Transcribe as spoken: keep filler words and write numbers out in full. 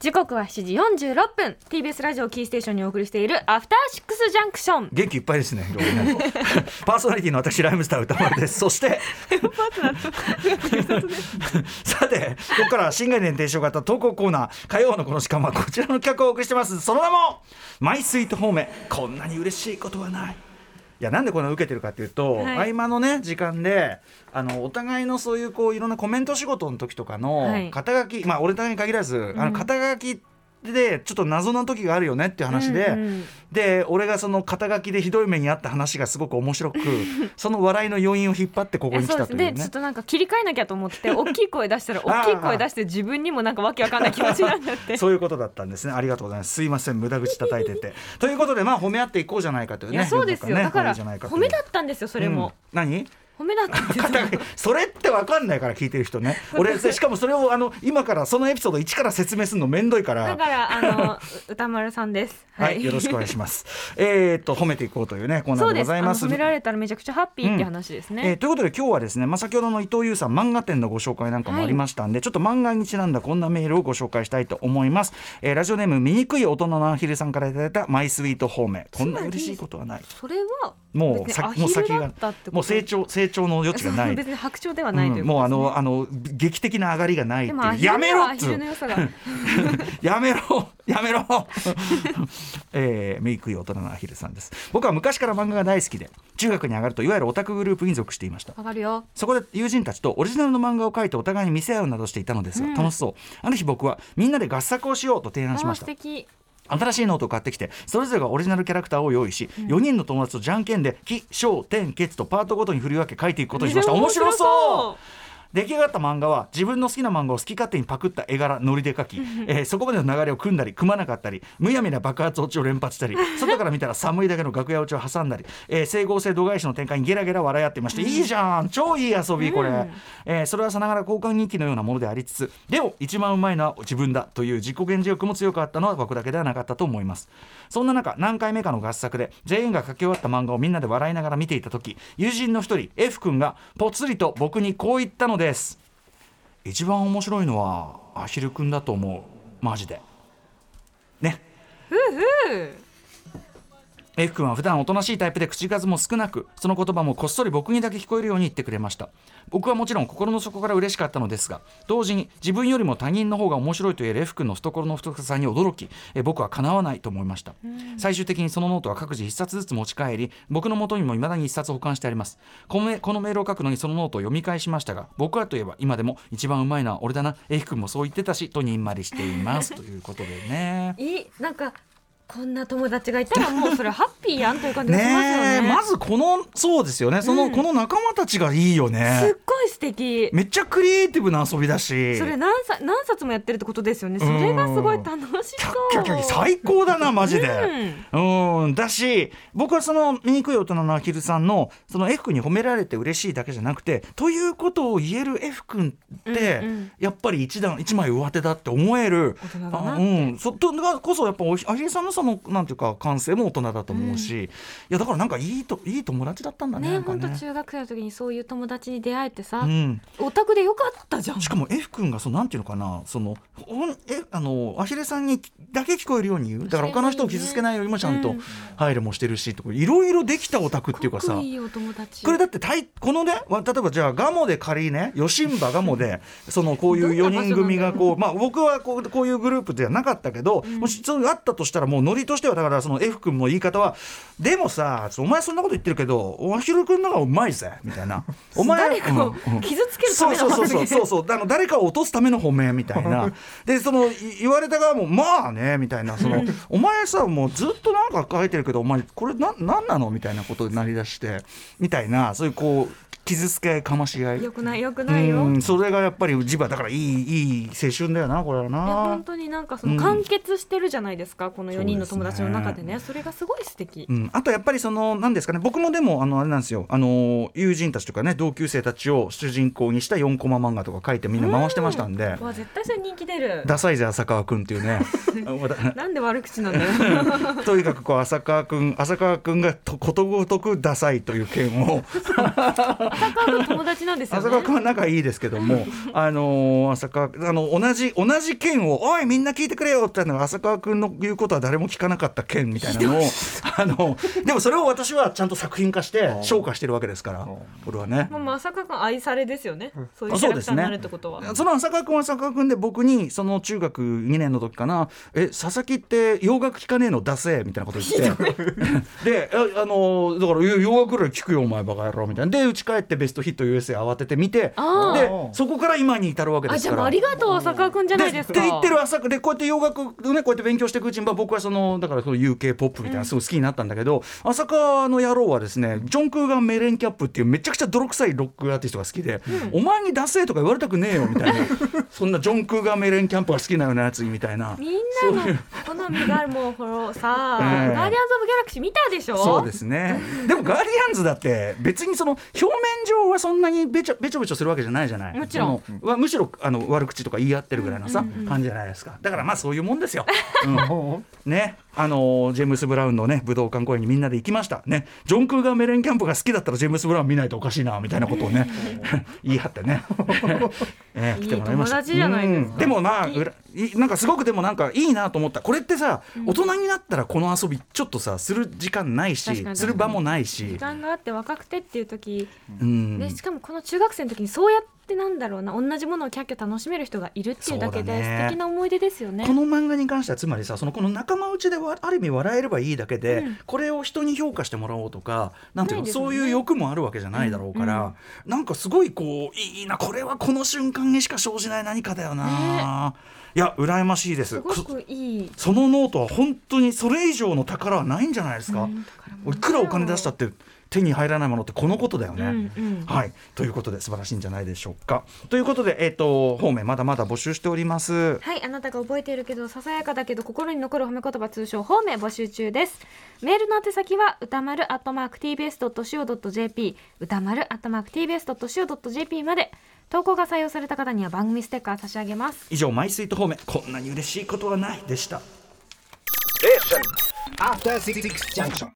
時刻はしちじよんじゅうろっぷん ティービーエス ラジオキーステーションにお送りしているアフターシックスジャンクション。 元気いっぱいですねパーソナリティの私ライムスター歌丸です。そしてさてここからは新概念提唱型投稿コーナー、火曜のこの時間はこちらの企画をお送りしてます。その名もマイスイートホーム。こんなに嬉しいことはない。いやなんでこんな受けてるかっていうと、はい、合間のね時間であのお互いのそういうこういろんなコメント仕事の時とかの肩書き、はい、まあ俺だけに限らず、うん、あの肩書きでちょっと謎な時があるよねっていう話で、うんうん、で俺がその肩書きでひどい目にあった話がすごく面白くその笑いの余韻を引っ張ってここに来たというね。 そうですね、ちょっとなんか切り替えなきゃと思って大きい声出したら大きい声出して自分にもなんかわけわかんない気持ちになっちゃってそういうことだったんですね。ありがとうございます。すいません無駄口叩いててということでまあ褒め合っていこうじゃないかというね。 いやそうですよ、ね、だから褒めだったんですよそれも、 うん、何褒めだったんですよそれって分かんないから聞いてる人ね俺しかもそれをあの今からそのエピソードいちから説明するのめんどいからだからあの歌丸さんです、 はい、はい、よろしくお願いしますえっと褒めていこうというねコーナーでございます。 そうです、褒められたらめちゃくちゃハッピーって話ですね、 うんえー、ということで今日はですね、まあ、先ほどの伊藤優さん漫画展のご紹介なんかもありましたんで、はい、ちょっと漫画にちなんだこんなメールをご紹介したいと思います、えー、ラジオネーム醜い大人のアヒルさんからいただいたマイスイート褒め。こんな嬉しいことはない。 それはもう先もう先がもう成長成長の余地がない別に白鳥ではないということですね、 うん、もうあのあの劇的な上がりがないっていうやめろっつうやめろやめろえー、メイクい大人のアヒルさんです。僕は昔から漫画が大好きで中学に上がるといわゆるオタクグループに属していました。 わかるよ。 そこで友人たちとオリジナルの漫画を描いてお互いに見せ合うなどしていたのですが、うん、楽しそう。ある日僕はみんなで合作をしようと提案しました。 素敵。 新しいノートを買ってきてそれぞれがオリジナルキャラクターを用意し、うん、よにんの友達とじゃんけんで起承転結とパートごとに振り分け書いていくことにしました。面白そう。出来上がった漫画は自分の好きな漫画を好き勝手にパクった絵柄ノリで描き、えー、そこまでの流れを組んだり組まなかったりむやみな爆発落ちを連発したり外から見たら寒いだけの楽屋落ちを挟んだり、えー、整合性度外視の展開にゲラゲラ笑い合っていまして、うん、いいじゃん超いい遊びこれ、うんえー、それはさながら交換日記のようなものでありつつでも一番うまいのは自分だという自己顕示欲も強かったのは僕だけではなかったと思います。そんな中何回目かの合作で全員が書き終わった漫画をみんなで笑いながら見ていた時友人の一人 F 君がぽつりと僕にこう言ったのです。一番面白いのはアヒルくんだと思うマジでね。 ふうふう。 F 君は普段おとなしいタイプで口数も少なくその言葉もこっそり僕にだけ聞こえるように言ってくれました。僕はもちろん心の底から嬉しかったのですが同時に自分よりも他人の方が面白いと言える F 君の懐の太さに驚きえ僕はかなわないと思いました。最終的にそのノートは各自一冊ずつ持ち帰り僕の元にも未だに一冊保管してあります。この、このメールを書くのにそのノートを読み返しましたが僕はといえば今でも一番うまいのは俺だな F 君もそう言ってたしとにんまりしていますということでねいいなんかこんな友達がいたらもうそれハッピーやんという感じがしますよ ね, ねまずこのそうですよねその、うん、この仲間たちがいいよね。 すっごい素敵。 めっちゃクリエイティブな遊びだしそれ 何, 何冊もやってるってことですよね。それがすごい楽しそう。 キャキャキャ最高だなマジで、うん、うんだし僕はその醜い大人のアヒルさんのその F 君に褒められて嬉しいだけじゃなくてということを言える F 君って、うんうん、やっぱり一段一枚上手だって思える大人だなって、 うん、そとこそやっぱアヒルさんのそのなんていうか感性も大人だと思うし、うん、いやだからなんかいいといい友達だったんだね。 ね本当、ね、中学生の時にそういう友達に出会えてさ、 うん、 オタクでよかったじゃん。 しかも F 君がそのなんていうのかなそのえあのアヒレさんにだけ聞こえるように言うだから他の人を傷つけないようにもちゃんと配慮もしてるしとかいろいろできたオタクっていうかさいいお友達これだってたいこのね例えばじゃあガモで仮ねヨシンバガモでそのこういうよにん組がこうまあ僕はこうこういうグループではなかったけど、うん、もしそうあったとしたらもうノリとしてはだからその F 君の言い方はでもさお前そんなこと言ってるけどアヒル君の方がうまいぜみたいなお前誰かを傷つけるためのそうそうそうそうそうあの誰かを落とすための褒めみたいなでその言われた側もまあねみたいなそのお前さもうずっとなんか書いてるけどお前これななんなのみたいなことになりだしてみたいなそういうこう傷つけかまし合いよくないよくないよ。 うんそれがやっぱりジバだからいいいい青春だよなこれはな。いや本当になんかその完結してるじゃないですか、うん、このよにんの友達の中でね そ, で、ね、それがすごい素敵、 うん、あとやっぱりその何ですかね僕もでもあのあれなんですよあの友人たちとかね同級生たちを主人公にしたよんコマ漫画とか書いてみんな回してましたんで、 うん、わ絶対それ人気出る。 ダサいぜ浅川くんっていうねなんで悪口なんだよとにかくこう浅川くん浅川くんがとことごとくダサいという件を浅川君友達なんですよね。 浅川君は仲いいですけどもあのー、浅川あの同じ同じ件をおいみんな聞いてくれよってのが浅川君の言うことは誰も聞かなかった件みたいなのをあのでもそれを私はちゃんと作品化して昇華してるわけですから、これはね、 まあ、浅川君愛されですよね、そういうキャラクターになるってことは。 そ, ね、その浅川君は浅川君で僕にその中学にねんの時かな、え佐々木って洋楽聴かねえの出せみたいなこと言ってで あ, あのだから洋楽ぐらい聴くよお前バカ野郎みたいなで家帰ってベストヒット ユーエスエー 慌てて見て、でそこから今に至るわけですから。 あ、じゃあありがとう浅川君じゃないですか。 でって言ってる浅川でこうやって洋楽をねこうやって勉強していくうちに僕はそのだからその ユーケー ポップみたいなすごい好きになったんだけど、うん、浅川の野郎はですねジョン・クーガン・メレンキャップっていうめちゃくちゃ泥臭いロックアーティストが好きで、うん、お前にダセーとか言われたくねえよみたいなそんなジョン・クーガン・メレンキャップが好きなようなやつみたいな、 みんなの好みがもうこのさ、えー、ガーディアンズ・オブ・ギャラクシー見たでしょ。 そうですねでもガーディアンズだって別にその表面上はそんなにべちょべちょべちょするわけじゃないじゃない。 もちろんはむしろあの悪口とか言い合ってるぐらいのさ、 うんうんうん、 感じじゃないですか。だからまあそういうもんですよ、うんね、あのジェームス・ブラウンのね武道館公演にみんなで行きましたね。ジョン・クーガー・メレンキャンプが好きだったらジェームス・ブラウン見ないとおかしいなみたいなことをね言い張ってねえー、来てもらいました。 いい友達じゃないですか。 うん、でもまあなんかすごくでもなんかいいなと思った。これってさ、うん、大人になったらこの遊びちょっとさする時間ないしする場もないし時間があって若くてっていう時、 うん、 でしかもこの中学生の時にそうやってなんだろうな同じものをキャッキャ楽しめる人がいるっていうだけで素敵な思い出ですよね。 この漫画に関してはつまりさそのこの仲間内ではある意味笑えればいいだけで、うん、これを人に評価してもらおうとかなんていうの、ね、そういう欲もあるわけじゃないだろうから、うんうん、なんかすごいこういいなこれはこの瞬間にしか生じない何かだよな、ね、いや羨ましいです。 すごくいい。 そのノートは本当にそれ以上の宝はないんじゃないですか、うん、いくらお金出したって手に入らないものってこのことだよね、うんうん、はいということで素晴らしいんじゃないでしょうか。ということで、えーと、方面まだまだ募集しております。 はい、あなたが覚えているけどささやかだけど心に残る褒め言葉通称方面募集中です。メールの宛先は歌丸アットマーク ティービーエスドットシーオードットジェーピー 歌丸アットマーク ティービーエスドットシーオードットジェーピー まで。投稿が採用された方には番組ステッカー差し上げます。 以上マイスイート方面こんなに嬉しいことはないでした。 After シックス junction